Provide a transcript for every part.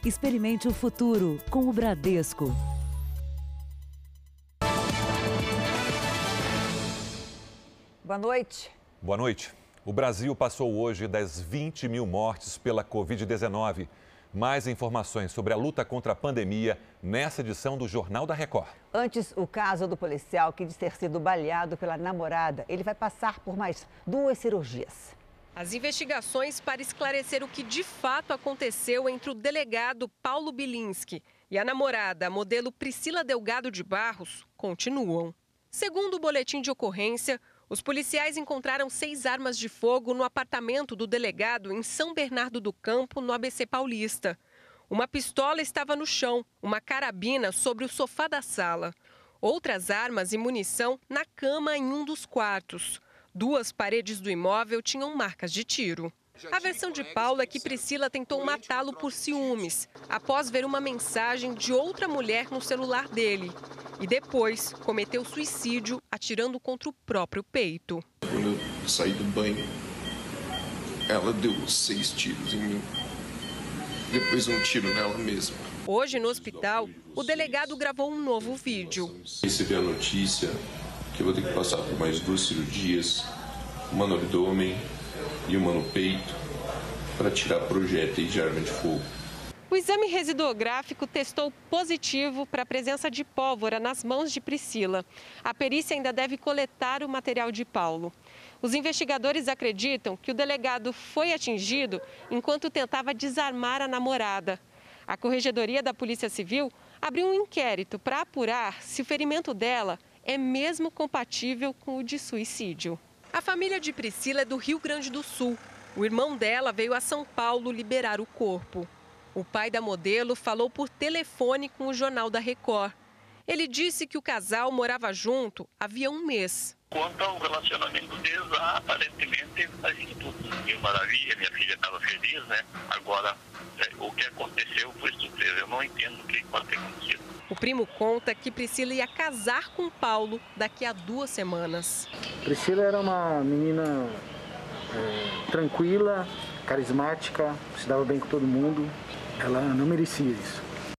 Experimente o futuro com o Bradesco. Boa noite. Boa noite. O Brasil passou hoje das 20 mil mortes pela Covid-19. Mais informações sobre a luta contra a pandemia nessa edição do Jornal da Record. Antes, o caso do policial que diz ter sido baleado pela namorada. Ele vai passar por mais 2 cirurgias. As investigações para esclarecer o que de fato aconteceu entre o delegado Paulo Bilinski e a namorada, a modelo Priscila Delgado de Barros, continuam. Segundo o boletim de ocorrência, os policiais encontraram 6 armas de fogo no apartamento do delegado em São Bernardo do Campo, no ABC Paulista. Uma pistola estava no chão, uma carabina sobre o sofá da sala. Outras armas e munição na cama em um dos quartos. 2 paredes do imóvel tinham marcas de tiro. A versão de Paulo é que Priscila tentou matá-lo por ciúmes, após ver uma mensagem de outra mulher no celular dele. E depois cometeu suicídio atirando contra o próprio peito. Quando eu saí do banho, ela deu 6 tiros em mim. Depois um tiro nela mesma. Hoje, no hospital, o delegado gravou um novo vídeo. Recebi a notícia que eu vou ter que passar por mais 2 cirurgias, uma no abdômen e uma no peito, para tirar projéteis de arma de fogo. O exame residuográfico testou positivo para a presença de pólvora nas mãos de Priscila. A perícia ainda deve coletar o material de Paulo. Os investigadores acreditam que o delegado foi atingido enquanto tentava desarmar a namorada. A Corregedoria da Polícia Civil abriu um inquérito para apurar se o ferimento dela é mesmo compatível com o de suicídio. A família de Priscila é do Rio Grande do Sul. O irmão dela veio a São Paulo liberar o corpo. O pai da modelo falou por telefone com o Jornal da Record. Ele disse que o casal morava junto havia 1 mês. Quanto ao relacionamento deles, aparentemente fazia tudo mil maravilha, minha filha estava feliz, né? Agora, o que aconteceu foi surpresa, eu não entendo o que pode ter acontecido. O primo conta que Priscila ia casar com Paulo daqui a 2 semanas. Priscila era uma menina tranquila, carismática, se dava bem com todo mundo. Ela não merecia isso.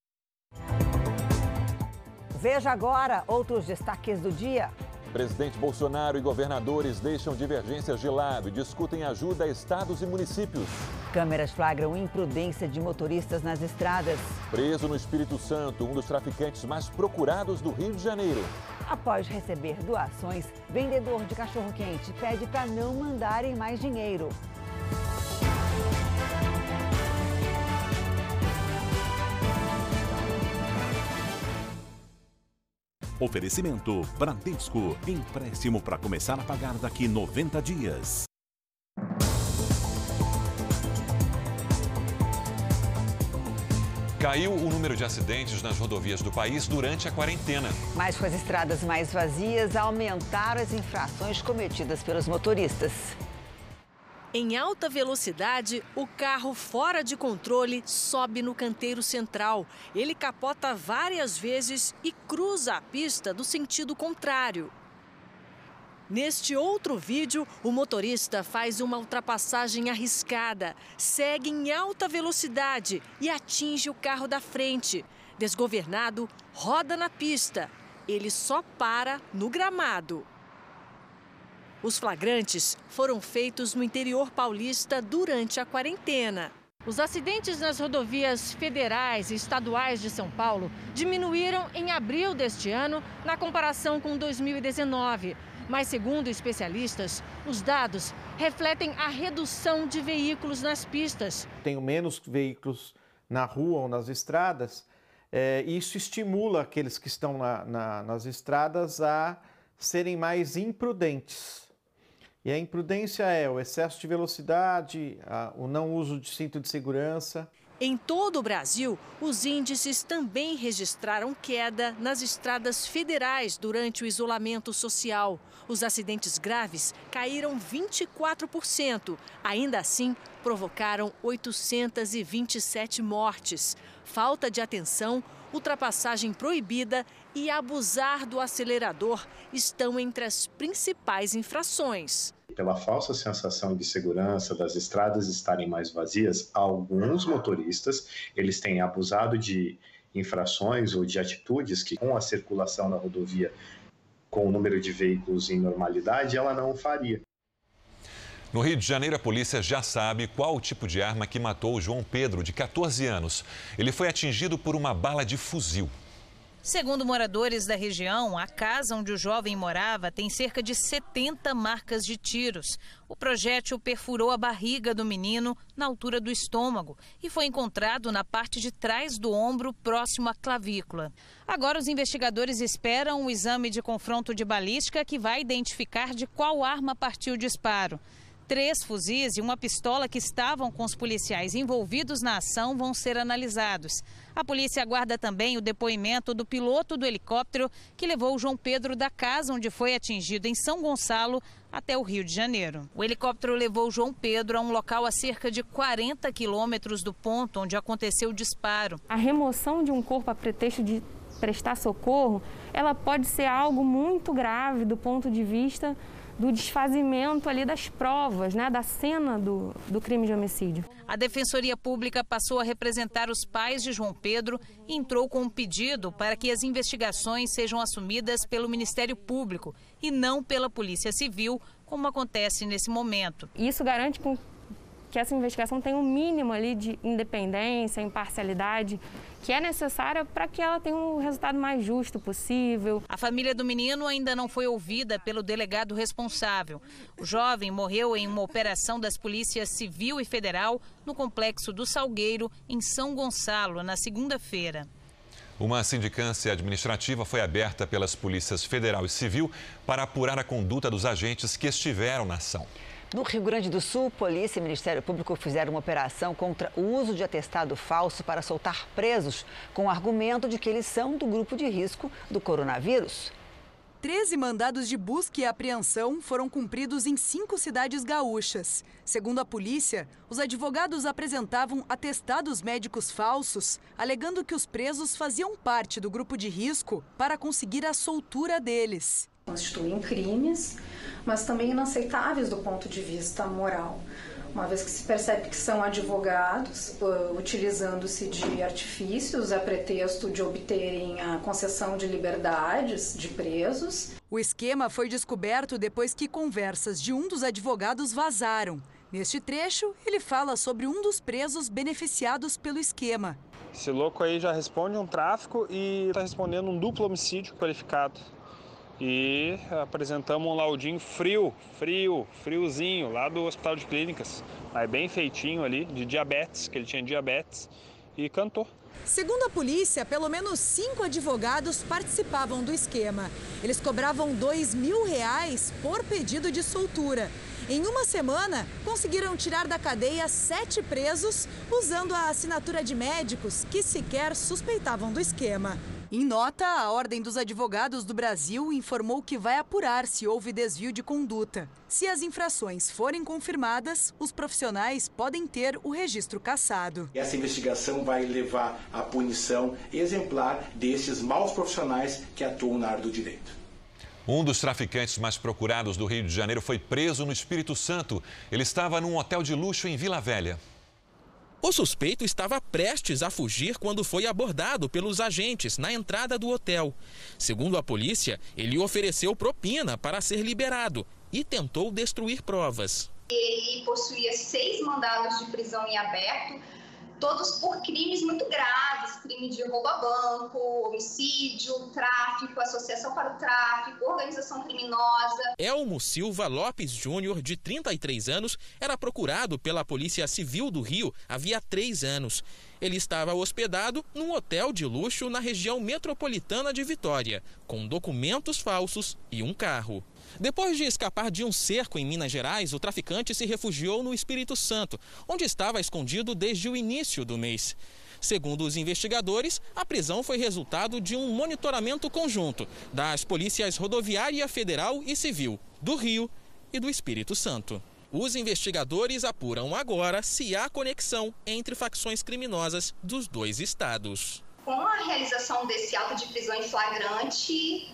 Veja agora outros destaques do dia. Presidente Bolsonaro e governadores deixam divergências de lado e discutem ajuda a estados e municípios. Câmeras flagram imprudência de motoristas nas estradas. Preso no Espírito Santo, um dos traficantes mais procurados do Rio de Janeiro. Após receber doações, vendedor de cachorro-quente pede para não mandarem mais dinheiro. Oferecimento Bradesco. Empréstimo para começar a pagar daqui 90 dias. Caiu o número de acidentes nas rodovias do país durante a quarentena. Mas com as estradas mais vazias, aumentaram as infrações cometidas pelos motoristas. Em alta velocidade, o carro fora de controle sobe no canteiro central. Ele capota várias vezes e cruza a pista do sentido contrário. Neste outro vídeo, o motorista faz uma ultrapassagem arriscada, segue em alta velocidade e atinge o carro da frente. Desgovernado, roda na pista. Ele só para no gramado. Os flagrantes foram feitos no interior paulista durante a quarentena. Os acidentes nas rodovias federais e estaduais de São Paulo diminuíram em abril deste ano na comparação com 2019. Mas, segundo especialistas, os dados refletem a redução de veículos nas pistas. Tenho menos veículos na rua ou nas estradas, e isso estimula aqueles que estão nas estradas a serem mais imprudentes. E a imprudência é o excesso de velocidade, o não uso de cinto de segurança. Em todo o Brasil, os índices também registraram queda nas estradas federais durante o isolamento social. Os acidentes graves caíram 24%. Ainda assim, provocaram 827 mortes. Falta de atenção, ultrapassagem proibida e abusar do acelerador estão entre as principais infrações. Pela falsa sensação de segurança das estradas estarem mais vazias, alguns motoristas eles têm abusado de infrações ou de atitudes que, com a circulação na rodovia, com o número de veículos em normalidade, ela não faria. No Rio de Janeiro, a polícia já sabe qual o tipo de arma que matou o João Pedro, de 14 anos. Ele foi atingido por uma bala de fuzil. Segundo moradores da região, a casa onde o jovem morava tem cerca de 70 marcas de tiros. O projétil perfurou a barriga do menino na altura do estômago e foi encontrado na parte de trás do ombro, próximo à clavícula. Agora os investigadores esperam o exame de confronto de balística que vai identificar de qual arma partiu o disparo. 3 fuzis e uma pistola que estavam com os policiais envolvidos na ação vão ser analisados. A polícia aguarda também o depoimento do piloto do helicóptero que levou o João Pedro da casa onde foi atingido em São Gonçalo até o Rio de Janeiro. O helicóptero levou o João Pedro a um local a cerca de 40 quilômetros do ponto onde aconteceu o disparo. A remoção de um corpo a pretexto de prestar socorro, ela pode ser algo muito grave do ponto de vista do desfazimento ali das provas, né, da cena do crime de homicídio. A Defensoria Pública passou a representar os pais de João Pedro e entrou com um pedido para que as investigações sejam assumidas pelo Ministério Público e não pela Polícia Civil, como acontece nesse momento. Isso garante que essa investigação tenha um mínimo ali de independência, imparcialidade, que é necessária para que ela tenha um resultado mais justo possível. A família do menino ainda não foi ouvida pelo delegado responsável. O jovem morreu em uma operação das polícias Civil e Federal no Complexo do Salgueiro, em São Gonçalo, na segunda-feira. Uma sindicância administrativa foi aberta pelas polícias Federal e Civil para apurar a conduta dos agentes que estiveram na ação. No Rio Grande do Sul, polícia e Ministério Público fizeram uma operação contra o uso de atestado falso para soltar presos, com o argumento de que eles são do grupo de risco do coronavírus. 13 mandados de busca e apreensão foram cumpridos em 5 cidades gaúchas. Segundo a polícia, os advogados apresentavam atestados médicos falsos, alegando que os presos faziam parte do grupo de risco para conseguir a soltura deles. Constituem crimes, mas também inaceitáveis do ponto de vista moral, uma vez que se percebe que são advogados utilizando-se de artifícios a pretexto de obterem a concessão de liberdades de presos. O esquema foi descoberto depois que conversas de um dos advogados vazaram. Neste trecho, ele fala sobre um dos presos beneficiados pelo esquema. Esse louco aí já responde um tráfico e está respondendo um duplo homicídio qualificado. E apresentamos um laudinho friozinho, lá do Hospital de Clínicas, mas bem feitinho ali, de diabetes, que ele tinha diabetes, e cantou. Segundo a polícia, pelo menos 5 advogados participavam do esquema. Eles cobravam R$2.000 por pedido de soltura. Em uma semana, conseguiram tirar da cadeia 7 presos usando a assinatura de médicos que sequer suspeitavam do esquema. Em nota, a Ordem dos Advogados do Brasil informou que vai apurar se houve desvio de conduta. Se as infrações forem confirmadas, os profissionais podem ter o registro cassado. Essa investigação vai levar à punição exemplar destes maus profissionais que atuam na área do direito. Um dos traficantes mais procurados do Rio de Janeiro foi preso no Espírito Santo. Ele estava num hotel de luxo em Vila Velha. O suspeito estava prestes a fugir quando foi abordado pelos agentes na entrada do hotel. Segundo a polícia, ele ofereceu propina para ser liberado e tentou destruir provas. Ele possuía 6 mandados de prisão em aberto, todos por crimes muito graves, crime de roubo a banco, homicídio, tráfico, associação para o tráfico, organização criminosa. Elmo Silva Lopes Júnior, de 33 anos, era procurado pela Polícia Civil do Rio havia 3 anos. Ele estava hospedado num hotel de luxo na região metropolitana de Vitória, com documentos falsos e um carro. Depois de escapar de um cerco em Minas Gerais, o traficante se refugiou no Espírito Santo, onde estava escondido desde o início do mês. Segundo os investigadores, a prisão foi resultado de um monitoramento conjunto das polícias rodoviária federal e civil do Rio e do Espírito Santo. Os investigadores apuram agora se há conexão entre facções criminosas dos dois estados. Com a realização desse auto de prisão em flagrante,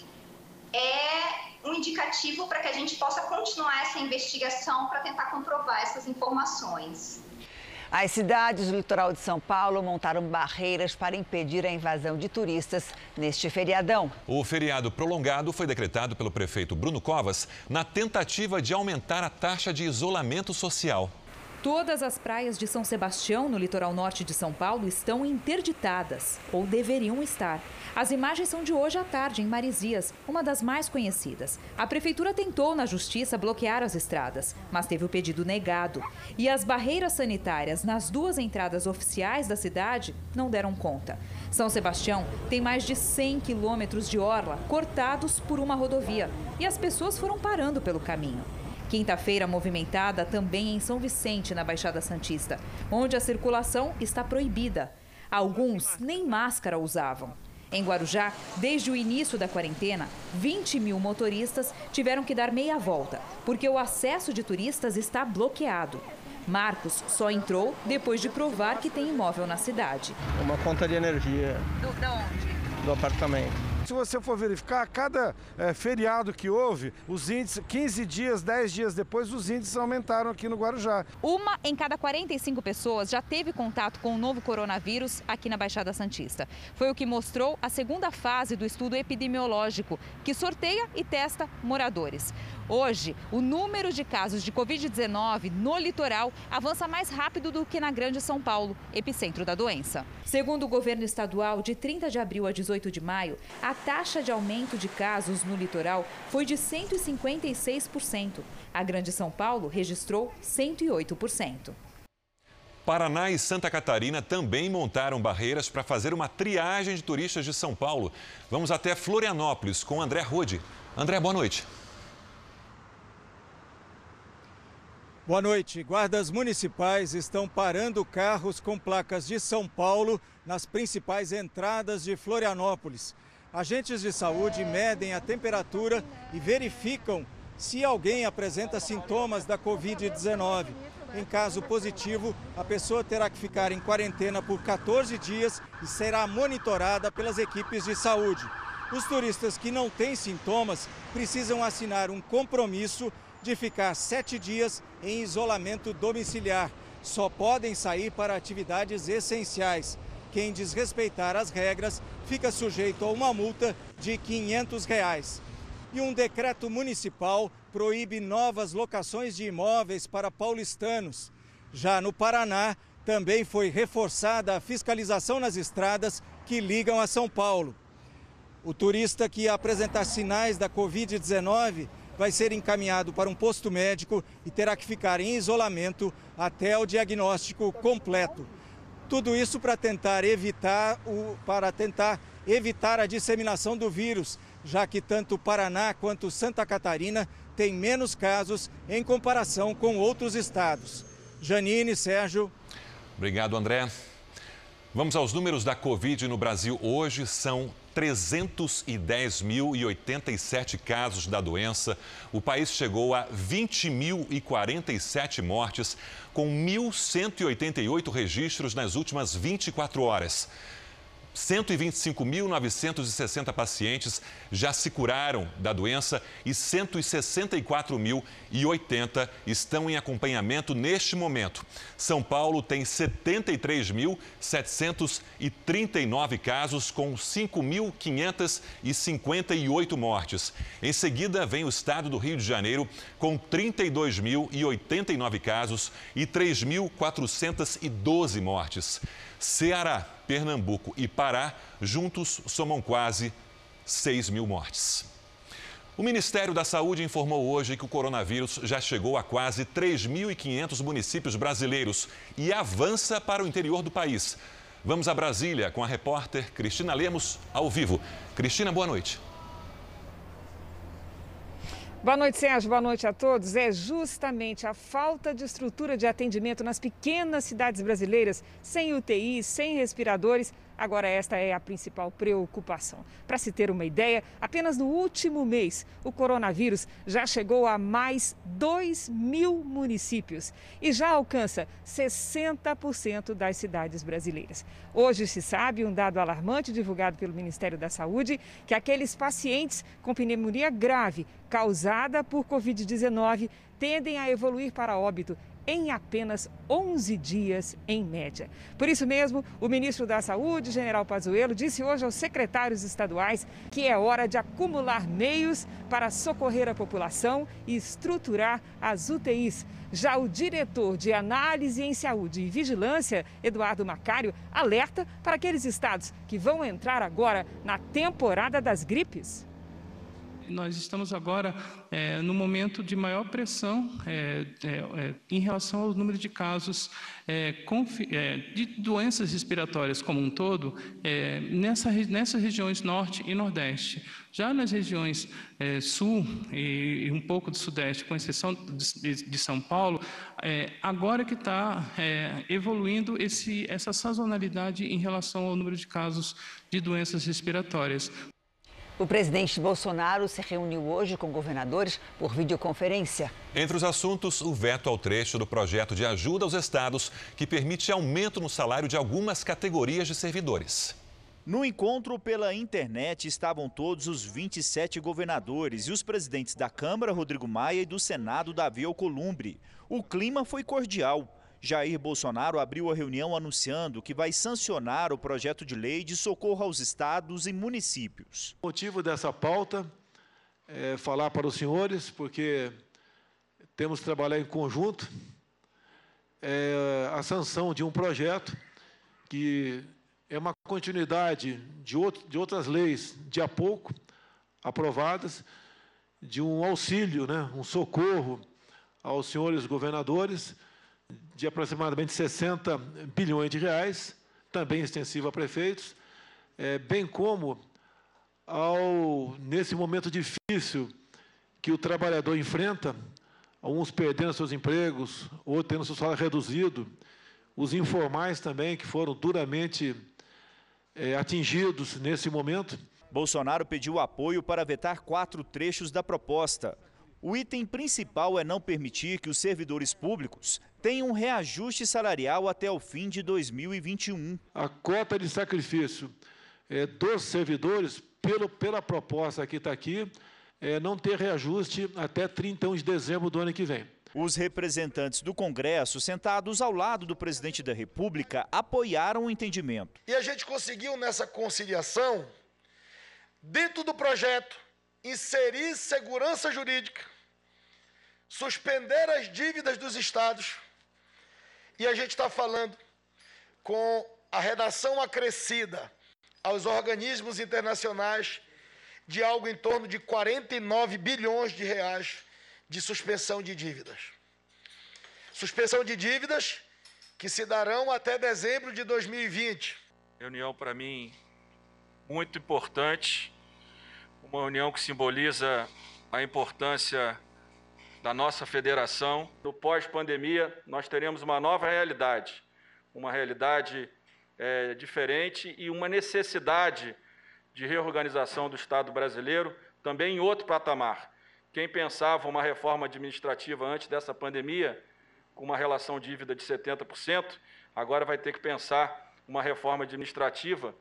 é um indicativo para que a gente possa continuar essa investigação para tentar comprovar essas informações. As cidades do litoral de São Paulo montaram barreiras para impedir a invasão de turistas neste feriadão. O feriado prolongado foi decretado pelo prefeito Bruno Covas na tentativa de aumentar a taxa de isolamento social. Todas as praias de São Sebastião, no litoral norte de São Paulo, estão interditadas, ou deveriam estar. As imagens são de hoje à tarde, em Marizias, uma das mais conhecidas. A prefeitura tentou, na justiça, bloquear as estradas, mas teve o pedido negado. E as barreiras sanitárias nas duas entradas oficiais da cidade não deram conta. São Sebastião tem mais de 100 quilômetros de orla cortados por uma rodovia. E as pessoas foram parando pelo caminho. Quinta-feira movimentada também em São Vicente, na Baixada Santista, onde a circulação está proibida. Alguns nem máscara usavam. Em Guarujá, desde o início da quarentena, 20 mil motoristas tiveram que dar meia volta, porque o acesso de turistas está bloqueado. Marcos só entrou depois de provar que tem imóvel na cidade. Uma conta de energia. Da onde? Do apartamento. Se você for verificar, cada feriado que houve, os índices, 15 dias, 10 dias depois, os índices aumentaram aqui no Guarujá. Uma em cada 45 pessoas já teve contato com o novo coronavírus aqui na Baixada Santista. Foi o que mostrou a segunda fase do estudo epidemiológico, que sorteia e testa moradores. Hoje, o número de casos de Covid-19 no litoral avança mais rápido do que na Grande São Paulo, epicentro da doença. Segundo o governo estadual, de 30 de abril a 18 de maio, a taxa de aumento de casos no litoral foi de 156%. A Grande São Paulo registrou 108%. Paraná e Santa Catarina também montaram barreiras para fazer uma triagem de turistas de São Paulo. Vamos até Florianópolis com André Rode. André, boa noite. Boa noite. Guardas municipais estão parando carros com placas de São Paulo nas principais entradas de Florianópolis. Agentes de saúde medem a temperatura e verificam se alguém apresenta sintomas da Covid-19. Em caso positivo, a pessoa terá que ficar em quarentena por 14 dias e será monitorada pelas equipes de saúde. Os turistas que não têm sintomas precisam assinar um compromisso de ficar 7 dias em isolamento domiciliar. Só podem sair para atividades essenciais. Quem desrespeitar as regras fica sujeito a uma multa de R$ 500. E um decreto municipal proíbe novas locações de imóveis para paulistanos. Já no Paraná, também foi reforçada a fiscalização nas estradas que ligam a São Paulo. O turista que apresentar sinais da Covid-19 vai ser encaminhado para um posto médico e terá que ficar em isolamento até o diagnóstico completo. Tudo isso para tentar evitar a disseminação do vírus, já que tanto o Paraná quanto Santa Catarina têm menos casos em comparação com outros estados. Janine, Sérgio. Obrigado, André. Vamos aos números da Covid no Brasil. Hoje são 310.087 casos da doença. O país chegou a 20.047 mortes, com 1.188 registros nas últimas 24 horas. 125.960 pacientes já se curaram da doença e 164.080 estão em acompanhamento neste momento. São Paulo tem 73.739 casos, com 5.558 mortes. Em seguida, vem o estado do Rio de Janeiro, com 32.089 casos e 3.412 mortes. Ceará, Pernambuco e Pará, juntos, somam quase 6.000 mortes. O Ministério da Saúde informou hoje que o coronavírus já chegou a quase 3.500 municípios brasileiros e avança para o interior do país. Vamos a Brasília com a repórter Cristina Lemos, ao vivo. Cristina, boa noite. Boa noite, Sérgio. Boa noite a todos. É justamente a falta de estrutura de atendimento nas pequenas cidades brasileiras, sem UTI, sem respiradores, Agora, esta é a principal preocupação. Para se ter uma ideia, apenas no último mês, o coronavírus já chegou a mais 2.000 municípios e já alcança 60% das cidades brasileiras. Hoje se sabe, um dado alarmante divulgado pelo Ministério da Saúde, que aqueles pacientes com pneumonia grave causada por Covid-19 tendem a evoluir para óbito em apenas 11 dias, em média. Por isso mesmo, o ministro da Saúde, General Pazuello, disse hoje aos secretários estaduais que é hora de acumular meios para socorrer a população e estruturar as UTIs. Já o diretor de Análise em Saúde e Vigilância, Eduardo Macário, alerta para aqueles estados que vão entrar agora na temporada das gripes. Nós estamos agora no momento de maior pressão em relação ao número de casos de doenças respiratórias como um todo nessas regiões norte e nordeste. Já nas regiões sul e um pouco do sudeste, com exceção de São Paulo, agora que está evoluindo essa sazonalidade em relação ao número de casos de doenças respiratórias. O presidente Bolsonaro se reuniu hoje com governadores por videoconferência. Entre os assuntos, o veto ao trecho do projeto de ajuda aos estados que permite aumento no salário de algumas categorias de servidores. No encontro pela internet estavam todos os 27 governadores e os presidentes da Câmara, Rodrigo Maia, e do Senado, Davi Alcolumbre. O clima foi cordial. Jair Bolsonaro abriu a reunião anunciando que vai sancionar o projeto de lei de socorro aos estados e municípios. O motivo dessa pauta é falar para os senhores, porque temos que trabalhar em conjunto, a sanção de um projeto que é uma continuidade de outras leis de há pouco aprovadas, de um auxílio, um socorro aos senhores governadores, de aproximadamente 60 bilhões de reais, também extensivo a prefeitos, bem como nesse momento difícil que o trabalhador enfrenta, alguns perdendo seus empregos, outros tendo seu salário reduzido, os informais também, que foram duramente atingidos nesse momento. Bolsonaro pediu apoio para vetar 4 trechos da proposta. O item principal é não permitir que os servidores públicos tenham um reajuste salarial até o fim de 2021. A cota de sacrifício dos servidores, pela proposta que está aqui, não ter reajuste até 31 de dezembro do ano que vem. Os representantes do Congresso, sentados ao lado do presidente da República, apoiaram o entendimento. E a gente conseguiu, nessa conciliação, dentro do projeto, inserir segurança jurídica, suspender as dívidas dos estados, e a gente está falando com a redação acrescida aos organismos internacionais de algo em torno de 49 bilhões de reais de suspensão de dívidas. Suspensão de dívidas que se darão até dezembro de 2020. Reunião, para mim, muito importante, uma reunião que simboliza a importância da nossa federação. No pós-pandemia, nós teremos uma nova realidade, uma realidade diferente e uma necessidade de reorganização do Estado brasileiro, também em outro patamar. Quem pensava uma reforma administrativa antes dessa pandemia, com uma relação dívida de 70%, agora vai ter que pensar uma reforma administrativa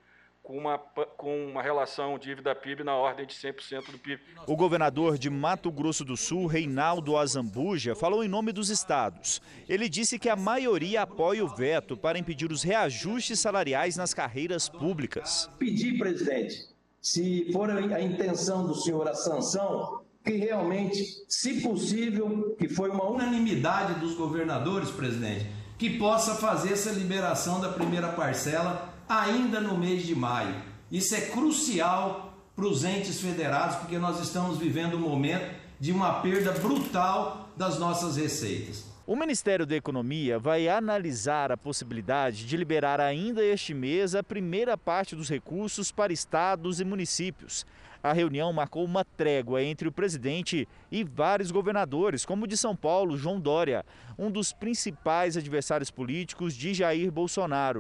com uma relação dívida-PIB na ordem de 100% do PIB. O governador de Mato Grosso do Sul, Reinaldo Azambuja, falou em nome dos estados. Ele disse que a maioria apoia o veto para impedir os reajustes salariais nas carreiras públicas. Pedir, presidente, se for a intenção do senhor a sanção, que realmente, se possível, que foi uma unanimidade dos governadores, presidente, que possa fazer essa liberação da primeira parcela ainda no mês de maio. Isso é crucial para os entes federados, porque nós estamos vivendo um momento de uma perda brutal das nossas receitas. O Ministério da Economia vai analisar a possibilidade de liberar ainda este mês a primeira parte dos recursos para estados e municípios. A reunião marcou uma trégua entre o presidente e vários governadores, como o de São Paulo, João Dória, um dos principais adversários políticos de Jair Bolsonaro.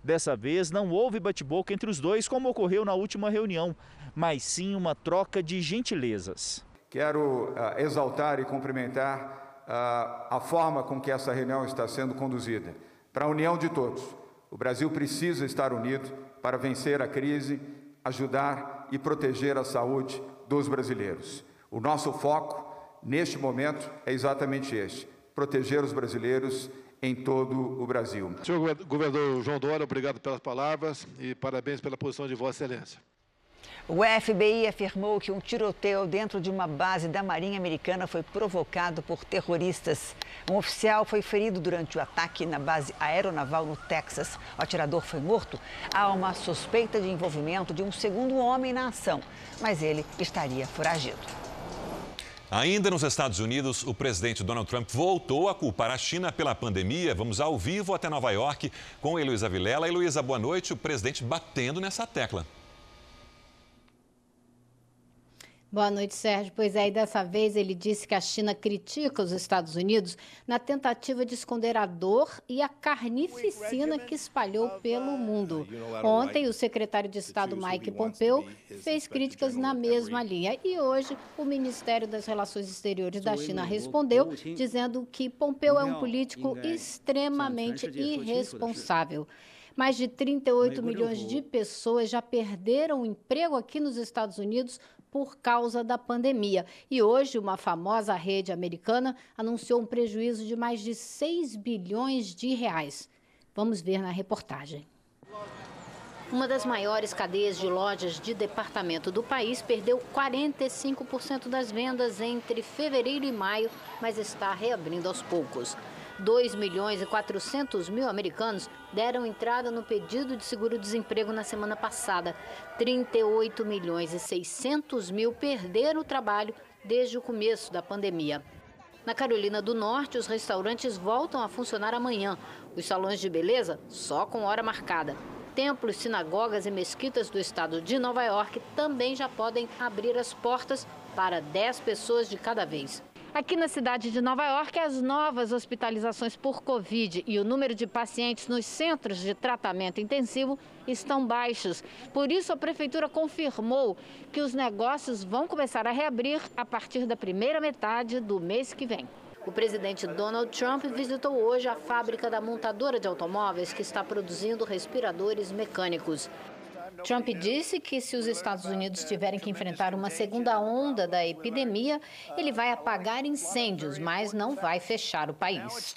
Dessa vez não houve bate-boca entre os dois, como ocorreu na última reunião, mas sim uma troca de gentilezas. Quero exaltar e cumprimentar a forma com que essa reunião está sendo conduzida, para a união de todos. O Brasil precisa estar unido para vencer a crise, ajudar e proteger a saúde dos brasileiros. O nosso foco, neste momento, é exatamente este: proteger os brasileiros em todo o Brasil. Senhor governador João Dória, obrigado pelas palavras e parabéns pela posição de Vossa Excelência. O FBI afirmou que um tiroteio dentro de uma base da Marinha Americana foi provocado por terroristas. Um oficial foi ferido durante o ataque na base aeronaval no Texas. O atirador foi morto. Há uma suspeita de envolvimento de um segundo homem na ação, mas ele estaria foragido. Ainda nos Estados Unidos, o presidente Donald Trump voltou a culpar a China pela pandemia. Vamos ao vivo até Nova York com Heloísa Vilela. Heloísa, boa noite. O presidente batendo nessa tecla. Boa noite, Sérgio. Pois é, e dessa vez ele disse que a China critica os Estados Unidos na tentativa de esconder a dor e a carnificina que espalhou pelo mundo. Ontem, o secretário de Estado Mike Pompeo fez críticas na mesma linha. E hoje, o Ministério das Relações Exteriores da China respondeu, dizendo que Pompeo é um político extremamente irresponsável. Mais de 38 milhões de pessoas já perderam o emprego aqui nos Estados Unidos por causa da pandemia. E hoje, uma famosa rede americana anunciou um prejuízo de mais de 6 bilhões de reais. Vamos ver na reportagem. Uma das maiores cadeias de lojas de departamento do país perdeu 45% das vendas entre fevereiro e maio, mas está reabrindo aos poucos. 2 milhões e 400 mil americanos deram entrada no pedido de seguro-desemprego na semana passada. 38 milhões e 600 mil perderam o trabalho desde o começo da pandemia. Na Carolina do Norte, os restaurantes voltam a funcionar amanhã. Os salões de beleza só com hora marcada. Templos, sinagogas e mesquitas do estado de Nova York também já podem abrir as portas para 10 pessoas de cada vez. Aqui na cidade de Nova York, as novas hospitalizações por Covid e o número de pacientes nos centros de tratamento intensivo estão baixos. Por isso, a prefeitura confirmou que os negócios vão começar a reabrir a partir da primeira metade do mês que vem. O presidente Donald Trump visitou hoje a fábrica da montadora de automóveis que está produzindo respiradores mecânicos. Trump disse que se os Estados Unidos tiverem que enfrentar uma segunda onda da epidemia, ele vai apagar incêndios, mas não vai fechar o país.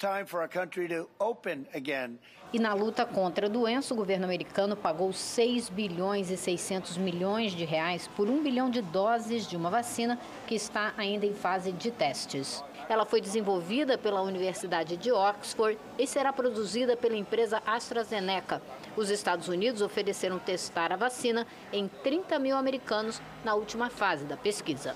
E na luta contra a doença, o governo americano pagou 6 bilhões e 600 milhões de reais por 1 bilhão de doses de uma vacina que está ainda em fase de testes. Ela foi desenvolvida pela Universidade de Oxford e será produzida pela empresa AstraZeneca. Os Estados Unidos ofereceram testar a vacina em 30 mil americanos na última fase da pesquisa.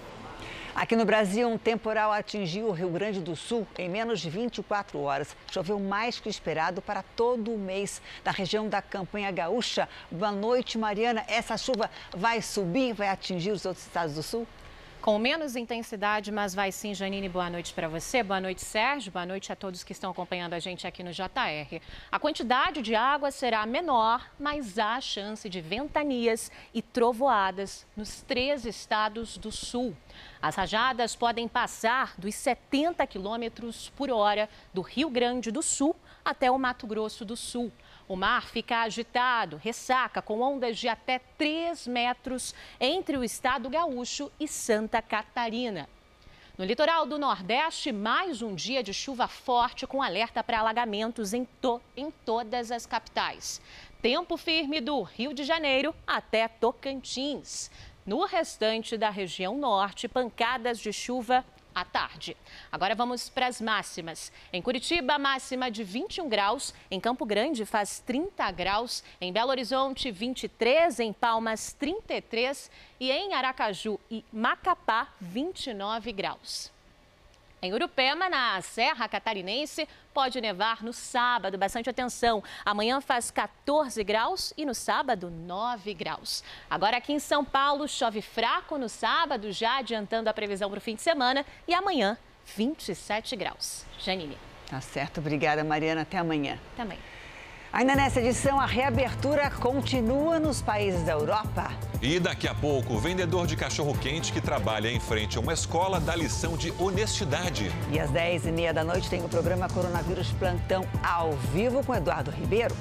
Aqui no Brasil, um temporal atingiu o Rio Grande do Sul em menos de 24 horas. Choveu mais que o esperado para todo o mês da região da Campanha Gaúcha. Boa noite, Mariana. Essa chuva vai subir, vai atingir os outros estados do Sul? Com menos intensidade, mas vai sim, Janine. Boa noite para você, boa noite, Sérgio, boa noite a todos que estão acompanhando a gente aqui no JR. A quantidade de água será menor, mas há chance de ventanias e trovoadas nos 3 estados do sul. As rajadas podem passar dos 70 quilômetros por hora do Rio Grande do Sul até o Mato Grosso do Sul. O mar fica agitado, ressaca, com ondas de até 3 metros entre o estado gaúcho e Santa Catarina. No litoral do Nordeste, mais um dia de chuva forte com alerta para alagamentos em todas as capitais. Tempo firme do Rio de Janeiro até Tocantins. No restante da região norte, pancadas de chuva à tarde. Agora vamos para as máximas. Em Curitiba, máxima de 21 graus. Em Campo Grande, faz 30 graus. Em Belo Horizonte, 23. Em Palmas, 33. E em Aracaju e Macapá, 29 graus. Em Urupema, na Serra Catarinense, pode nevar no sábado. Bastante atenção. Amanhã faz 14 graus e no sábado, 9 graus. Agora aqui em São Paulo, chove fraco no sábado, já adiantando a previsão para o fim de semana. E amanhã, 27 graus. Janine. Tá certo. Obrigada, Mariana. Até amanhã. Também. Ainda nessa edição, a reabertura continua nos países da Europa. E daqui a pouco, o vendedor de cachorro-quente que trabalha em frente a uma escola dá lição de honestidade. E às 10h30 da noite tem o programa Coronavírus Plantão ao vivo com Eduardo Ribeiro.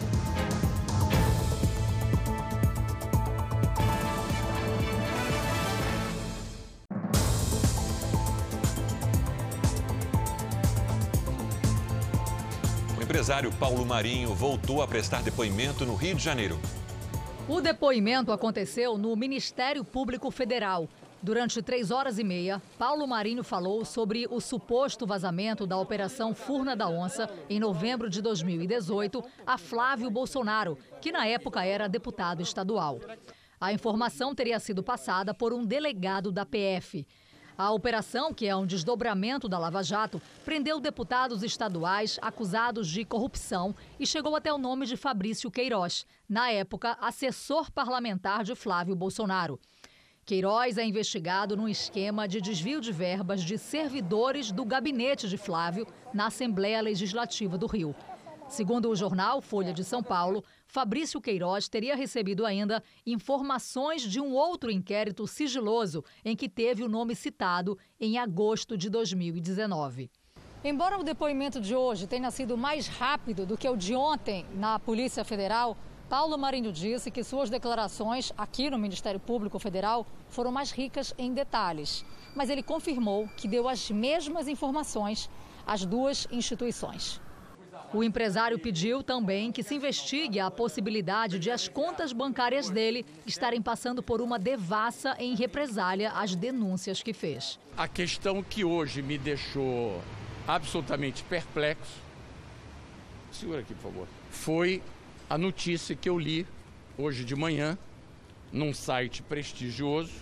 O empresário Paulo Marinho voltou a prestar depoimento no Rio de Janeiro. O depoimento aconteceu no Ministério Público Federal. Durante 3 horas e meia, Paulo Marinho falou sobre o suposto vazamento da Operação Furna da Onça em novembro de 2018 a Flávio Bolsonaro, que na época era deputado estadual. A informação teria sido passada por um delegado da PF. A operação, que é um desdobramento da Lava Jato, prendeu deputados estaduais acusados de corrupção e chegou até o nome de Fabrício Queiroz, na época assessor parlamentar de Flávio Bolsonaro. Queiroz é investigado num esquema de desvio de verbas de servidores do gabinete de Flávio na Assembleia Legislativa do Rio. Segundo o jornal Folha de São Paulo, Fabrício Queiroz teria recebido ainda informações de um outro inquérito sigiloso em que teve o nome citado em agosto de 2019. Embora o depoimento de hoje tenha sido mais rápido do que o de ontem na Polícia Federal, Paulo Marinho disse que suas declarações aqui no Ministério Público Federal foram mais ricas em detalhes. Mas ele confirmou que deu as mesmas informações às duas instituições. O empresário pediu também que se investigue a possibilidade de as contas bancárias dele estarem passando por uma devassa em represália às denúncias que fez. A questão que hoje me deixou absolutamente perplexo, segura aqui, por favor, foi a notícia que eu li hoje de manhã num site prestigioso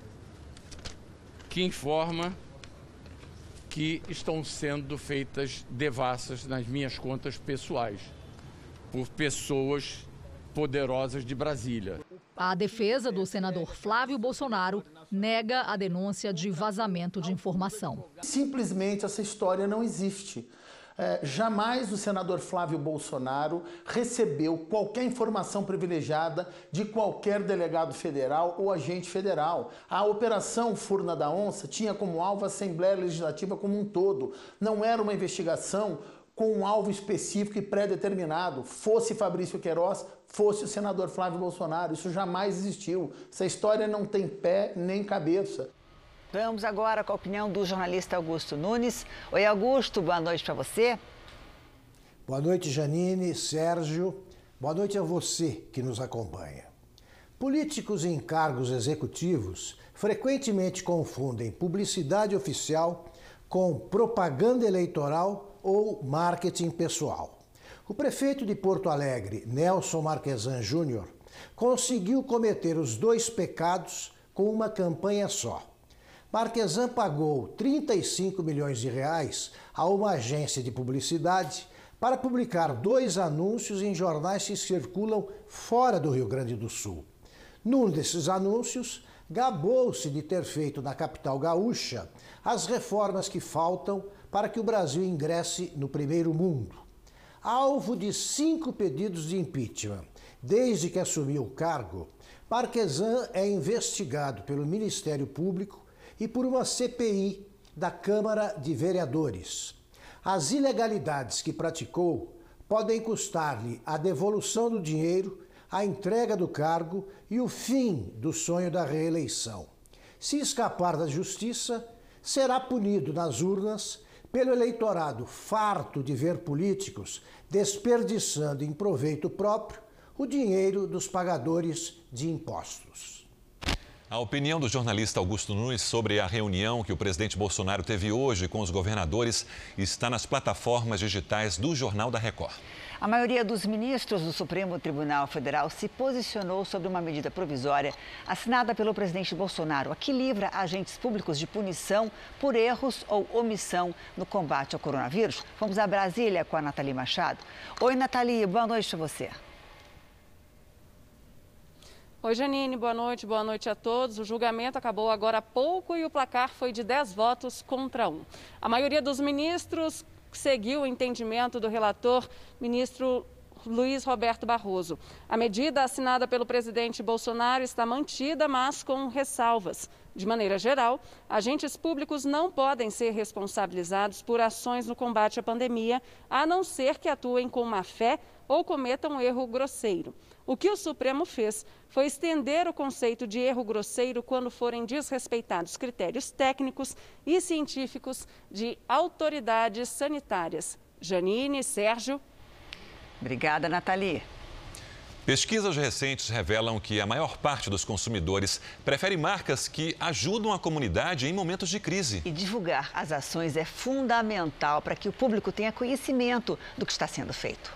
que informa que estão sendo feitas devassas nas minhas contas pessoais por pessoas poderosas de Brasília. A defesa do senador Flávio Bolsonaro nega a denúncia de vazamento de informação. Simplesmente essa história não existe. Jamais o senador Flávio Bolsonaro recebeu qualquer informação privilegiada de qualquer delegado federal ou agente federal. A Operação Furna da Onça tinha como alvo a Assembleia Legislativa como um todo. Não era uma investigação com um alvo específico e pré-determinado. Fosse Fabrício Queiroz, fosse o senador Flávio Bolsonaro. Isso jamais existiu. Essa história não tem pé nem cabeça. Vamos agora com a opinião do jornalista Augusto Nunes. Oi, Augusto, boa noite para você. Boa noite, Janine, Sérgio. Boa noite a você que nos acompanha. Políticos em cargos executivos frequentemente confundem publicidade oficial com propaganda eleitoral ou marketing pessoal. O prefeito de Porto Alegre, Nelson Marquesan Júnior, conseguiu cometer os dois pecados com uma campanha só. Marquesan pagou 35 milhões de reais a uma agência de publicidade para publicar 2 anúncios em jornais que circulam fora do Rio Grande do Sul. Num desses anúncios, gabou-se de ter feito na capital gaúcha as reformas que faltam para que o Brasil ingresse no primeiro mundo. Alvo de 5 pedidos de impeachment desde que assumiu o cargo, Marquesan é investigado pelo Ministério Público e por uma CPI da Câmara de Vereadores. As ilegalidades que praticou podem custar-lhe a devolução do dinheiro, a entrega do cargo e o fim do sonho da reeleição. Se escapar da justiça, será punido nas urnas pelo eleitorado farto de ver políticos desperdiçando em proveito próprio o dinheiro dos pagadores de impostos. A opinião do jornalista Augusto Nunes sobre a reunião que o presidente Bolsonaro teve hoje com os governadores está nas plataformas digitais do Jornal da Record. A maioria dos ministros do Supremo Tribunal Federal se posicionou sobre uma medida provisória assinada pelo presidente Bolsonaro, a que livra agentes públicos de punição por erros ou omissão no combate ao coronavírus. Vamos a Brasília com a Nathalie Machado. Oi, Nathalie, boa noite para você. Oi, Janine, boa noite a todos. O julgamento acabou agora há pouco e o placar foi de 10 votos contra 1. A maioria dos ministros seguiu o entendimento do relator, ministro Luiz Roberto Barroso. A medida assinada pelo presidente Bolsonaro está mantida, mas com ressalvas. De maneira geral, agentes públicos não podem ser responsabilizados por ações no combate à pandemia, a não ser que atuem com má fé ou cometam um erro grosseiro. O que o Supremo fez foi estender o conceito de erro grosseiro quando forem desrespeitados critérios técnicos e científicos de autoridades sanitárias. Janine, Sérgio. Obrigada, Nathalie. Pesquisas recentes revelam que a maior parte dos consumidores prefere marcas que ajudam a comunidade em momentos de crise. E divulgar as ações é fundamental para que o público tenha conhecimento do que está sendo feito.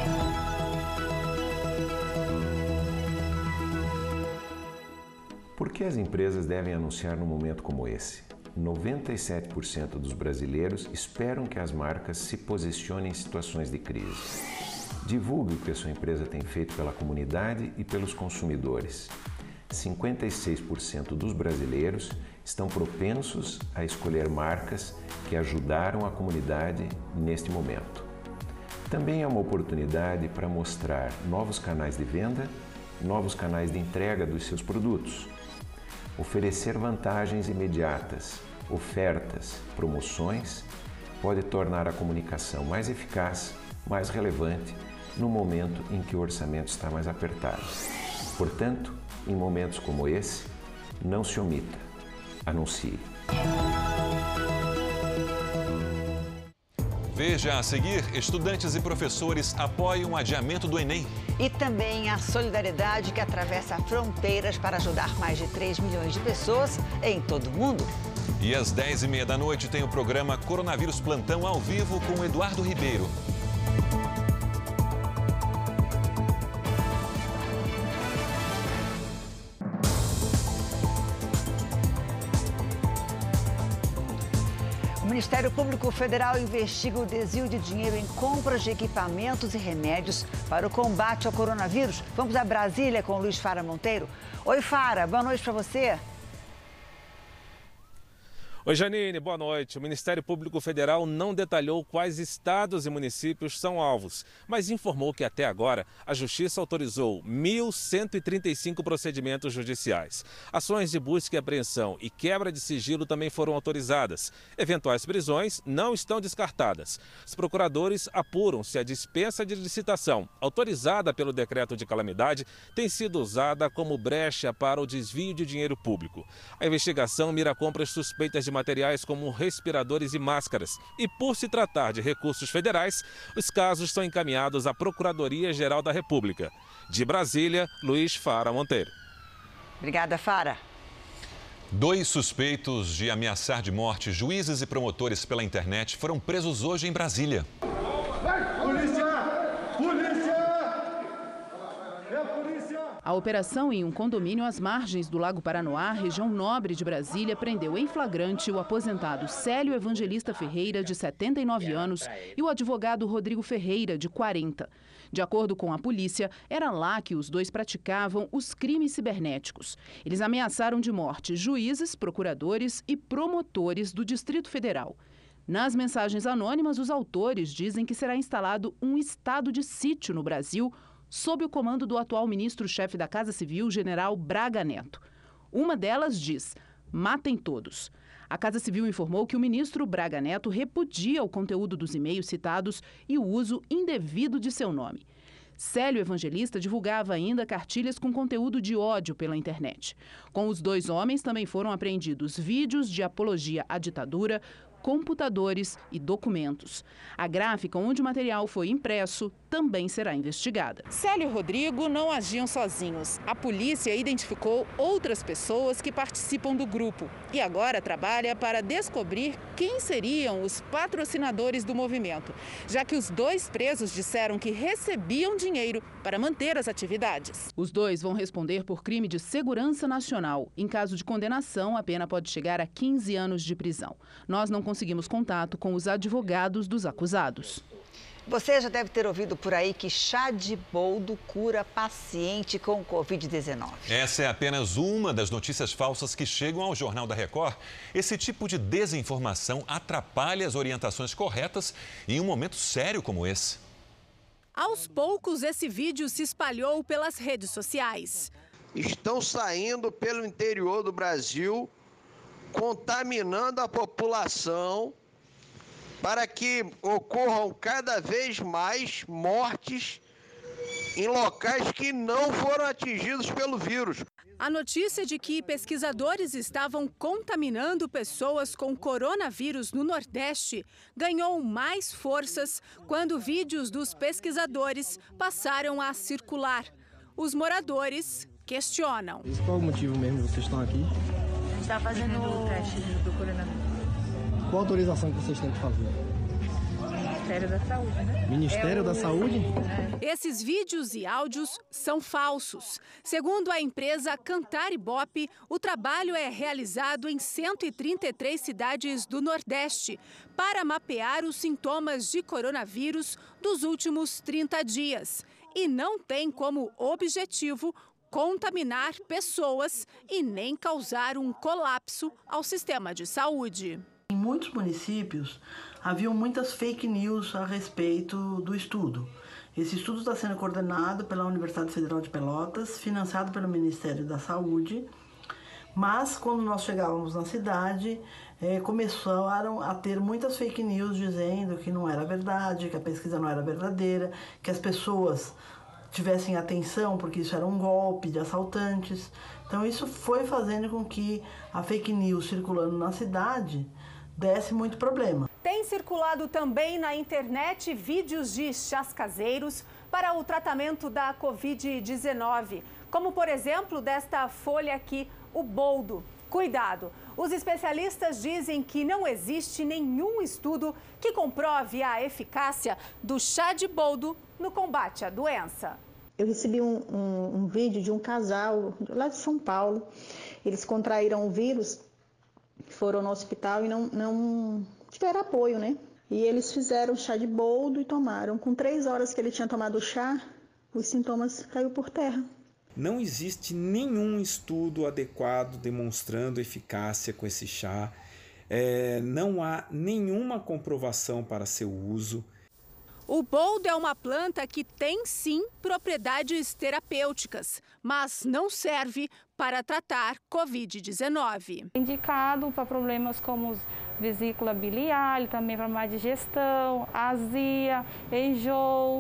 Por que as empresas devem anunciar num momento como esse? 97% dos brasileiros esperam que as marcas se posicionem em situações de crise. Divulgue o que a sua empresa tem feito pela comunidade e pelos consumidores. 56% dos brasileiros estão propensos a escolher marcas que ajudaram a comunidade neste momento. Também é uma oportunidade para mostrar novos canais de venda, novos canais de entrega dos seus produtos. Oferecer vantagens imediatas, ofertas, promoções, pode tornar a comunicação mais eficaz, mais relevante, no momento em que o orçamento está mais apertado. Portanto, em momentos como esse, não se omita, anuncie. Veja a seguir, estudantes e professores apoiam o adiamento do Enem. E também a solidariedade que atravessa fronteiras para ajudar mais de 3 milhões de pessoas em todo o mundo. E às 10h30 da noite tem o programa Coronavírus Plantão ao vivo com o Eduardo Ribeiro. O Ministério Público Federal investiga o desvio de dinheiro em compras de equipamentos e remédios para o combate ao coronavírus. Vamos a Brasília com o Luiz Fara Monteiro. Oi, Fara, boa noite para você. Oi, Janine, boa noite. O Ministério Público Federal não detalhou quais estados e municípios são alvos, mas informou que até agora a Justiça autorizou 1.135 procedimentos judiciais. Ações de busca e apreensão e quebra de sigilo também foram autorizadas. Eventuais prisões não estão descartadas. Os procuradores apuram se a dispensa de licitação, autorizada pelo decreto de calamidade, tem sido usada como brecha para o desvio de dinheiro público. A investigação mira compras suspeitas de materiais como respiradores e máscaras. E por se tratar de recursos federais, os casos estão encaminhados à Procuradoria-Geral da República. De Brasília, Luiz Fara Monteiro. Obrigada, Fara. 2 suspeitos de ameaçar de morte juízes e promotores pela internet foram presos hoje em Brasília. A operação em um condomínio às margens do Lago Paranoá, região nobre de Brasília, prendeu em flagrante o aposentado Célio Evangelista Ferreira, de 79 anos, e o advogado Rodrigo Ferreira, de 40. De acordo com a polícia, era lá que os dois praticavam os crimes cibernéticos. Eles ameaçaram de morte juízes, procuradores e promotores do Distrito Federal. Nas mensagens anônimas, os autores dizem que será instalado um estado de sítio no Brasil, sob o comando do atual ministro-chefe da Casa Civil, general Braga Neto. Uma delas diz: matem todos. A Casa Civil informou que o ministro Braga Neto repudia o conteúdo dos e-mails citados e o uso indevido de seu nome. Célio Evangelista divulgava ainda cartilhas com conteúdo de ódio pela internet. Com os dois homens também foram apreendidos vídeos de apologia à ditadura, computadores e documentos. A gráfica onde o material foi impresso também será investigada. Célio e Rodrigo não agiam sozinhos. A polícia identificou outras pessoas que participam do grupo e agora trabalha para descobrir quem seriam os patrocinadores do movimento, já que os dois presos disseram que recebiam dinheiro para manter as atividades. Os dois vão responder por crime de segurança nacional. Em caso de condenação, a pena pode chegar a 15 anos de prisão. Nós não conseguimos contato com os advogados dos acusados. Você já deve ter ouvido por aí que chá de boldo cura paciente com Covid-19. Essa é apenas uma das notícias falsas que chegam ao Jornal da Record. Esse tipo de desinformação atrapalha as orientações corretas em um momento sério como esse. Aos poucos, esse vídeo se espalhou pelas redes sociais. Estão saindo pelo interior do Brasil, contaminando a população para que ocorram cada vez mais mortes em locais que não foram atingidos pelo vírus. A notícia de que pesquisadores estavam contaminando pessoas com coronavírus no Nordeste ganhou mais forças quando vídeos dos pesquisadores passaram a circular. Os moradores questionam. Qual o motivo mesmo que vocês estão aqui? A gente está fazendo o teste do coronavírus. Qual a autorização que vocês têm que fazer? Ministério da Saúde, né? Ministério da Saúde? Esses vídeos e áudios são falsos. Segundo a empresa Cantar Ibope, o trabalho é realizado em 133 cidades do Nordeste para mapear os sintomas de coronavírus dos últimos 30 dias. E não tem como objetivo contaminar pessoas e nem causar um colapso ao sistema de saúde. Em muitos municípios, haviam muitas fake news a respeito do estudo. Esse estudo está sendo coordenado pela Universidade Federal de Pelotas, financiado pelo Ministério da Saúde, mas quando nós chegávamos na cidade, começaram a ter muitas fake news dizendo que não era verdade, que a pesquisa não era verdadeira, que as pessoas tivessem atenção porque isso era um golpe de assaltantes. Então isso foi fazendo com que a fake news circulando na cidade desse muito problema. Tem circulado também na internet vídeos de chás caseiros para o tratamento da Covid-19, como por exemplo desta folha aqui, o boldo. Cuidado! Os especialistas dizem que não existe nenhum estudo que comprove a eficácia do chá de boldo no combate à doença. Eu recebi um vídeo de um casal lá de São Paulo. Eles contraíram o vírus, foram no hospital e não tiveram apoio, né? E eles fizeram chá de boldo e tomaram. Com 3 horas que ele tinha tomado o chá, os sintomas caíram por terra. Não existe nenhum estudo adequado demonstrando eficácia com esse chá. Não há nenhuma comprovação para seu uso. O boldo é uma planta que tem sim propriedades terapêuticas, mas não serve para tratar Covid-19. Indicado para problemas como vesícula biliar, também para má digestão, azia, enjoo.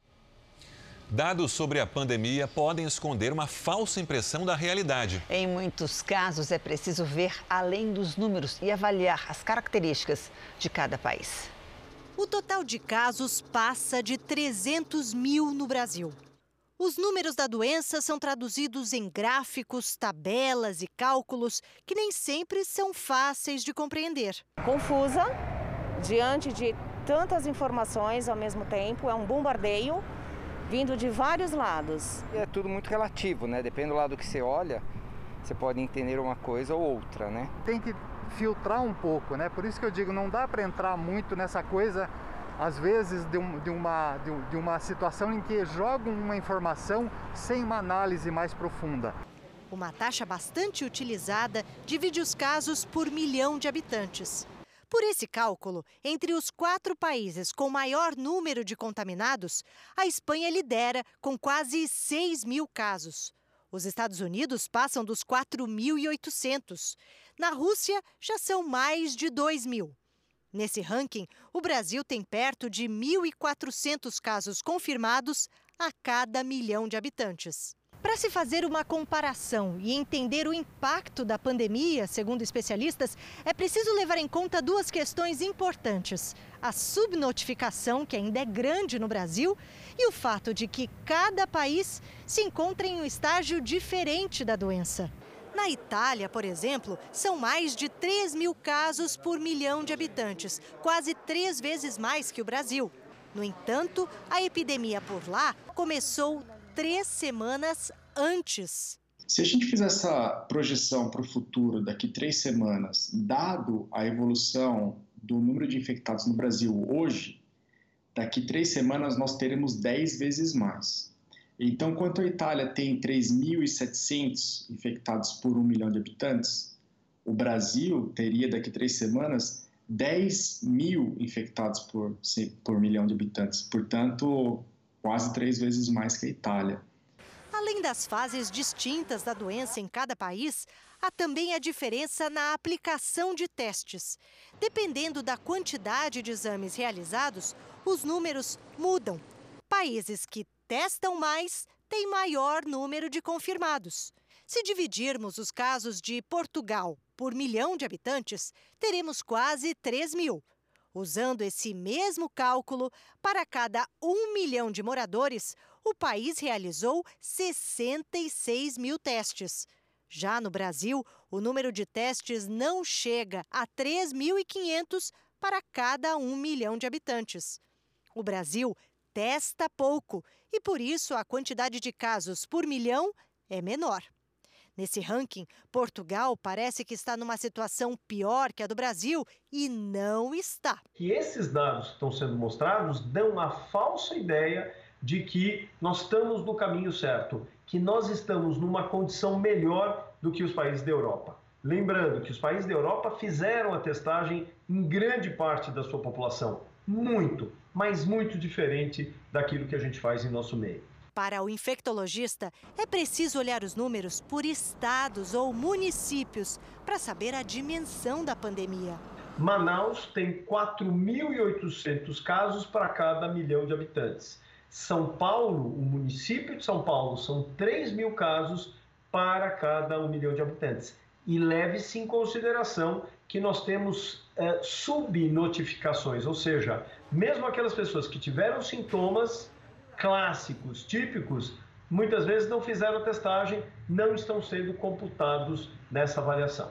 Dados sobre a pandemia podem esconder uma falsa impressão da realidade. Em muitos casos, é preciso ver além dos números e avaliar as características de cada país. O total de casos passa de 300 mil no Brasil. Os números da doença são traduzidos em gráficos, tabelas e cálculos que nem sempre são fáceis de compreender. Confusa, diante de tantas informações ao mesmo tempo, é um bombardeio vindo de vários lados. É tudo muito relativo, né? Depende do lado que você olha, você pode entender uma coisa ou outra, né? Tem que filtrar um pouco, né? Por isso que eu digo, não dá para entrar muito nessa coisa, às vezes, de uma situação em que jogam uma informação sem uma análise mais profunda. Uma taxa bastante utilizada divide os casos por 1 milhão de habitantes. Por esse cálculo, entre os 4 países com maior número de contaminados, a Espanha lidera com quase 6 mil casos. Os Estados Unidos passam dos 4.800. Na Rússia, já são mais de 2 mil. Nesse ranking, o Brasil tem perto de 1.400 casos confirmados a cada 1 milhão de habitantes. Para se fazer uma comparação e entender o impacto da pandemia, segundo especialistas, é preciso levar em conta 2 questões importantes: a subnotificação, que ainda é grande no Brasil, e o fato de que cada país se encontra em um estágio diferente da doença. Na Itália, por exemplo, são mais de 3 mil casos por 1 milhão de habitantes, quase 3 vezes mais que o Brasil. No entanto, a epidemia por lá começou 3 semanas antes. Se a gente fizer essa projeção para o futuro, daqui 3 semanas, dado a evolução do número de infectados no Brasil hoje, daqui 3 semanas nós teremos 10 vezes mais. Então, enquanto a Itália tem 3.700 infectados por 1 milhão de habitantes, o Brasil teria daqui 3 semanas 10 mil infectados por 1 milhão de habitantes. Portanto, quase 3 vezes mais que a Itália. Além das fases distintas da doença em cada país, há também a diferença na aplicação de testes. Dependendo da quantidade de exames realizados, os números mudam. Países que testam mais têm maior número de confirmados. Se dividirmos os casos de Portugal por milhão de habitantes, teremos quase 3 mil. Usando esse mesmo cálculo, para cada 1 milhão de moradores, o país realizou 66 mil testes. Já no Brasil, o número de testes não chega a 3.500 para cada 1 milhão de habitantes. O Brasil testa pouco e, por isso, a quantidade de casos por milhão é menor. Nesse ranking, Portugal parece que está numa situação pior que a do Brasil e não está. E esses dados que estão sendo mostrados dão a falsa ideia de que nós estamos no caminho certo, que nós estamos numa condição melhor do que os países da Europa. Lembrando que os países da Europa fizeram a testagem em grande parte da sua população. Muito, mas muito diferente daquilo que a gente faz em nosso meio. Para o infectologista, é preciso olhar os números por estados ou municípios para saber a dimensão da pandemia. Manaus tem 4.800 casos para cada milhão de habitantes. São Paulo, o município de São Paulo, são 3.000 casos para cada 1 milhão de habitantes. E leve-se em consideração que nós temos subnotificações, ou seja, mesmo aquelas pessoas que tiveram sintomas clássicos, típicos, muitas vezes não fizeram a testagem, não estão sendo computados nessa avaliação.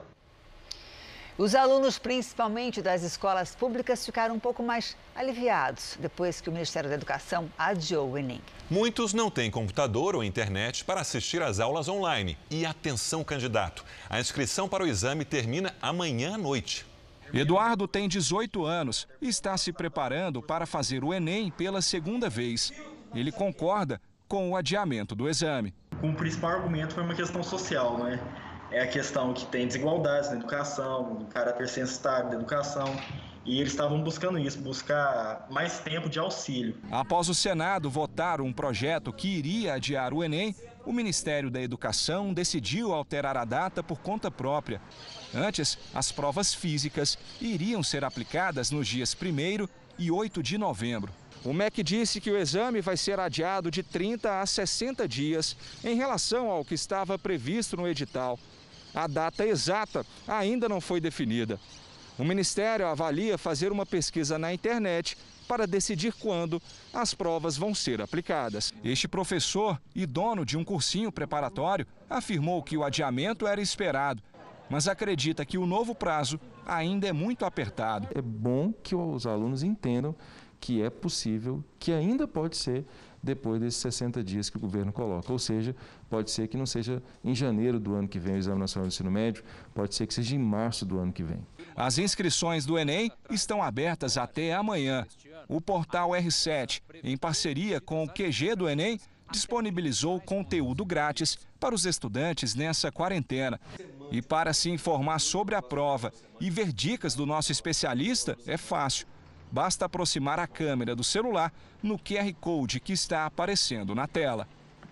Os alunos, principalmente das escolas públicas, ficaram um pouco mais aliviados depois que o Ministério da Educação adiou o Enem. Muitos não têm computador ou internet para assistir às aulas online. E atenção, candidato, a inscrição para o exame termina amanhã à noite. Eduardo tem 18 anos e está se preparando para fazer o Enem pela segunda vez. Ele concorda com o adiamento do exame. O principal argumento foi uma questão social, né? É a questão que tem desigualdades na educação, o caráter censitário da educação. E eles estavam buscando isso, buscar mais tempo de auxílio. Após o Senado votar um projeto que iria adiar o Enem, o Ministério da Educação decidiu alterar a data por conta própria. Antes, as provas físicas iriam ser aplicadas nos dias 1º e 8 de novembro. O MEC disse que o exame vai ser adiado de 30 a 60 dias em relação ao que estava previsto no edital. A data exata ainda não foi definida. O Ministério avalia fazer uma pesquisa na internet para decidir quando as provas vão ser aplicadas. Este professor e dono de um cursinho preparatório afirmou que o adiamento era esperado, mas acredita que o novo prazo ainda é muito apertado. É bom que os alunos entendam que é possível, que ainda pode ser depois desses 60 dias que o governo coloca. Ou seja, pode ser que não seja em janeiro do ano que vem o Exame Nacional do Ensino Médio, pode ser que seja em março do ano que vem. As inscrições do Enem estão abertas até amanhã. O portal R7, em parceria com o QG do Enem, disponibilizou conteúdo grátis para os estudantes nessa quarentena. E para se informar sobre a prova e ver dicas do nosso especialista, é fácil. Basta aproximar a câmera do celular no QR Code que está aparecendo na tela.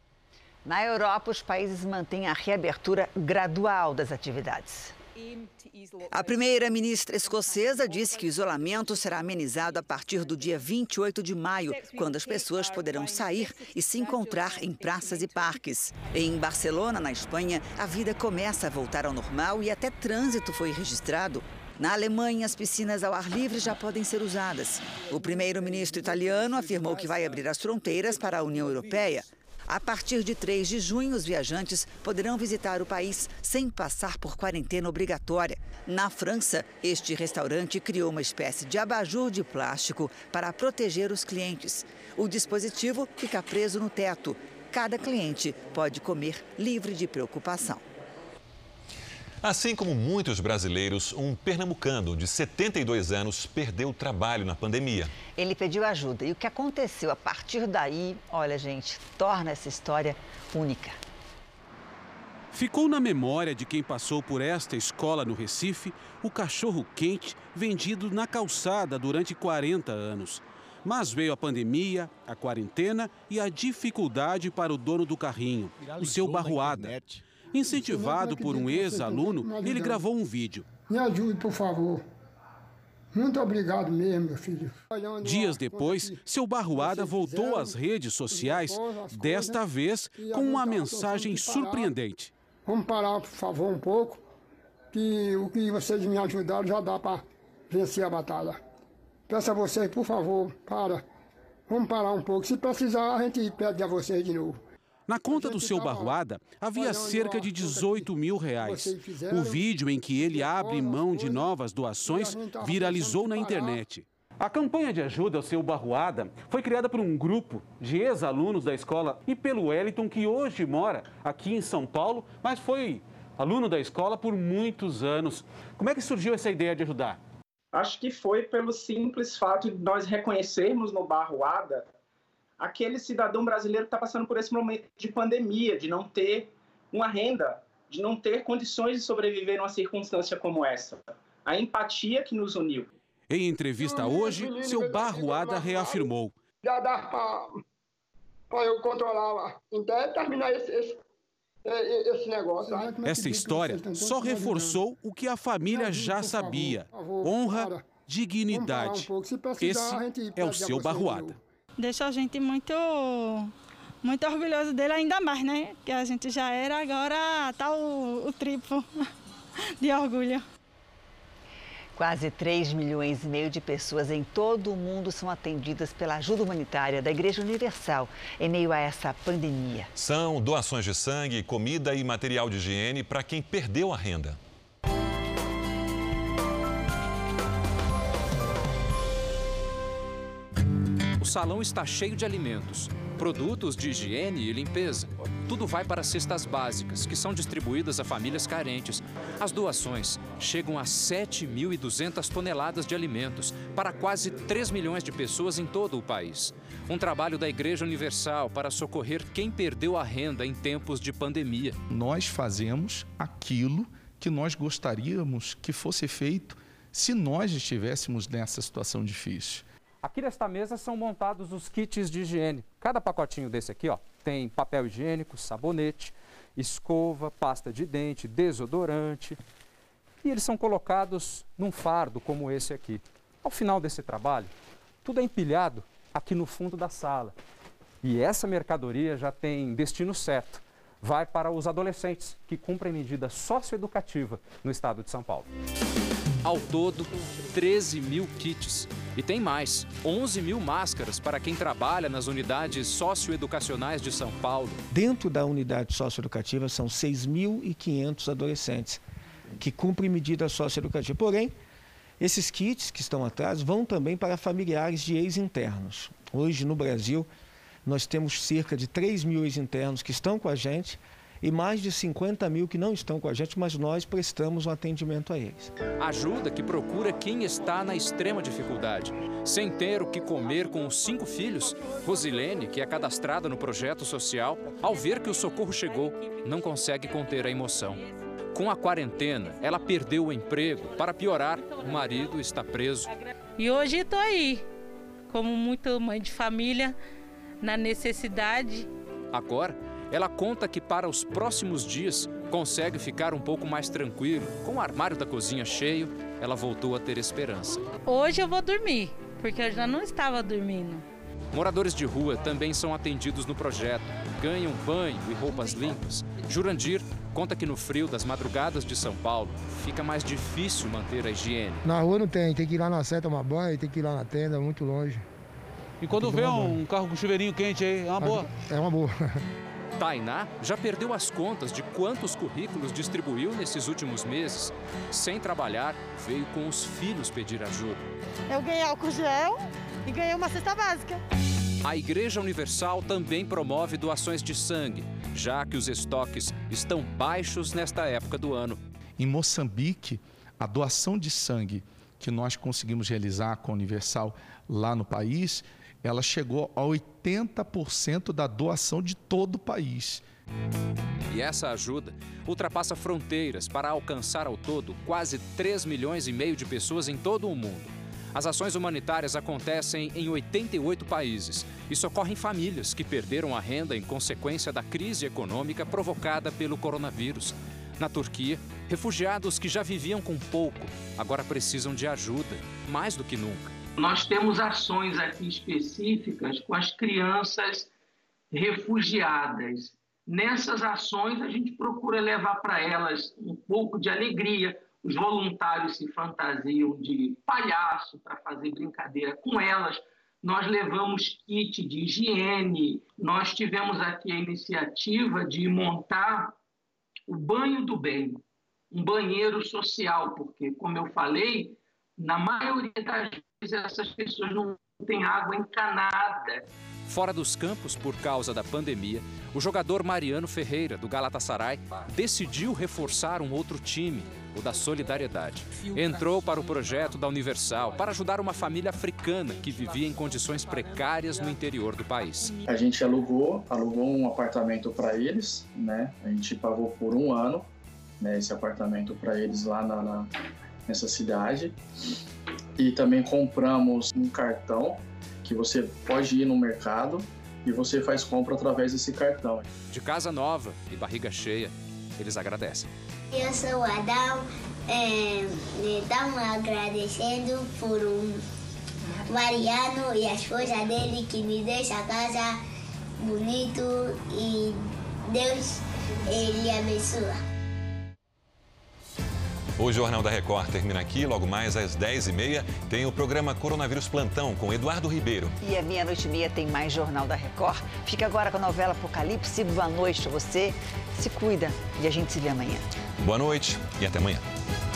Na Europa, os países mantêm a reabertura gradual das atividades. A primeira-ministra escocesa disse que o isolamento será amenizado a partir do dia 28 de maio, quando as pessoas poderão sair e se encontrar em praças e parques. Em Barcelona, na Espanha, a vida começa a voltar ao normal e até trânsito foi registrado. Na Alemanha, as piscinas ao ar livre já podem ser usadas. O primeiro-ministro italiano afirmou que vai abrir as fronteiras para a União Europeia. A partir de 3 de junho, os viajantes poderão visitar o país sem passar por quarentena obrigatória. Na França, este restaurante criou uma espécie de abajur de plástico para proteger os clientes. O dispositivo fica preso no teto. Cada cliente pode comer livre de preocupação. Assim como muitos brasileiros, um pernambucano de 72 anos perdeu o trabalho na pandemia. Ele pediu ajuda e o que aconteceu a partir daí, olha gente, torna essa história única. Ficou na memória de quem passou por esta escola no Recife o cachorro-quente vendido na calçada durante 40 anos. Mas veio a pandemia, a quarentena e a dificuldade para o dono do carrinho, o seu Barroada. Incentivado por um ex-aluno, ele gravou um vídeo. Me ajude, por favor. Muito obrigado mesmo, meu filho. Dias depois, seu Barroada voltou às redes sociais, desta vez com uma mensagem surpreendente. Vamos parar, por favor, um pouco, que o que vocês me ajudaram já dá para vencer a batalha. Peço a vocês, por favor, vamos parar um pouco. Se precisar, a gente pede a vocês de novo. Na conta do seu Barroada, havia cerca de R$18 mil. O vídeo em que ele abre mão de novas doações viralizou na internet. A campanha de ajuda ao seu Barroada foi criada por um grupo de ex-alunos da escola e pelo Wellington, que hoje mora aqui em São Paulo, mas foi aluno da escola por muitos anos. Como é que surgiu essa ideia de ajudar? Acho que foi pelo simples fato de nós reconhecermos no Barroada aquele cidadão brasileiro que está passando por esse momento de pandemia, de não ter uma renda, de não ter condições de sobreviver numa circunstância como essa. A empatia que nos uniu. Em entrevista hoje, seu Barroada reafirmou. Já dá para eu controlar, até terminar esse negócio. Essa história só reforçou o que a família já sabia. Honra, dignidade. Esse é o seu Barroada. Deixa a gente muito orgulhoso dele, ainda mais, né? Que a gente já era, agora tá o triplo de orgulho. Quase 3,5 milhões de pessoas em todo o mundo são atendidas pela ajuda humanitária da Igreja Universal em meio a essa pandemia. São doações de sangue, comida e material de higiene para quem perdeu a renda. O salão está cheio de alimentos, produtos de higiene e limpeza. Tudo vai para cestas básicas, que são distribuídas a famílias carentes. As doações chegam a 7.200 toneladas de alimentos para quase 3 milhões de pessoas em todo o país. Um trabalho da Igreja Universal para socorrer quem perdeu a renda em tempos de pandemia. Nós fazemos aquilo que nós gostaríamos que fosse feito se nós estivéssemos nessa situação difícil. Aqui nesta mesa são montados os kits de higiene. Cada pacotinho desse aqui, ó, tem papel higiênico, sabonete, escova, pasta de dente, desodorante. E eles são colocados num fardo como esse aqui. Ao final desse trabalho, tudo é empilhado aqui no fundo da sala. E essa mercadoria já tem destino certo. Vai para os adolescentes que cumprem medida socioeducativa no estado de São Paulo. Ao todo, 13 mil kits. E tem mais, 11 mil máscaras para quem trabalha nas unidades socioeducacionais de São Paulo. Dentro da unidade socioeducativa são 6.500 adolescentes que cumprem medida socioeducativa. Porém, esses kits que estão atrás vão também para familiares de ex-internos. Hoje, no Brasil, nós temos cerca de 3 mil ex-internos que estão com a gente e mais de 50 mil que não estão com a gente, mas nós prestamos um atendimento a eles. Ajuda que procura quem está na extrema dificuldade. Sem ter o que comer com os 5 filhos, Rosilene, que é cadastrada no projeto social, ao ver que o socorro chegou, não consegue conter a emoção. Com a quarentena, ela perdeu o emprego. Para piorar, o marido está preso. E hoje estou aí, como muita mãe de família, na necessidade. Agora, ela conta que para os próximos dias consegue ficar um pouco mais tranquilo. Com o armário da cozinha cheio, ela voltou a ter esperança. Hoje eu vou dormir, porque eu já não estava dormindo. Moradores de rua também são atendidos no projeto. Ganham banho e roupas limpas. Jurandir conta que no frio das madrugadas de São Paulo, fica mais difícil manter a higiene. Na rua não tem que ir lá na Sé tomar banho, tem que ir lá na tenda, muito longe. E quando vê um carro com chuveirinho quente aí, é uma boa? É uma boa. Tainá já perdeu as contas de quantos currículos distribuiu nesses últimos meses. Sem trabalhar, veio com os filhos pedir ajuda. Eu ganhei álcool gel e ganhei uma cesta básica. A Igreja Universal também promove doações de sangue, já que os estoques estão baixos nesta época do ano. Em Moçambique, a doação de sangue que nós conseguimos realizar com a Universal lá no país, ela chegou a 80% da doação de todo o país. E essa ajuda ultrapassa fronteiras para alcançar ao todo quase 3,5 milhões de pessoas em todo o mundo. As ações humanitárias acontecem em 88 países e socorrem famílias que perderam a renda em consequência da crise econômica provocada pelo coronavírus. Na Turquia, refugiados que já viviam com pouco agora precisam de ajuda, mais do que nunca. Nós temos ações aqui específicas com as crianças refugiadas. Nessas ações, a gente procura levar para elas um pouco de alegria. Os voluntários se fantasiam de palhaço para fazer brincadeira com elas. Nós levamos kit de higiene. Nós tivemos aqui a iniciativa de montar o Banho do Bem, um banheiro social, porque, como eu falei, na maioria das vezes essas pessoas não têm água encanada. Fora dos campos por causa da pandemia, o jogador Mariano Ferreira, do Galatasaray, decidiu reforçar um outro time, o da Solidariedade. Entrou para o projeto da Universal para ajudar uma família africana que vivia em condições precárias no interior do país. A gente alugou um apartamento para eles, né? A gente pagou por 1 ano, né, esse apartamento para eles lá nessa cidade. E também compramos um cartão que você pode ir no mercado e você faz compra através desse cartão. De casa nova e barriga cheia, eles agradecem. Eu sou o Adão, estamos agradecendo por Mariano e a esposa dele que me deixa a casa bonito e Deus ele abençoa. O Jornal da Record termina aqui. Logo mais às 10h30 tem o programa Coronavírus Plantão com Eduardo Ribeiro. E à meia-noite e meia tem mais Jornal da Record. Fica agora com a novela Apocalipse. Boa noite a você. Se cuida e a gente se vê amanhã. Boa noite e até amanhã.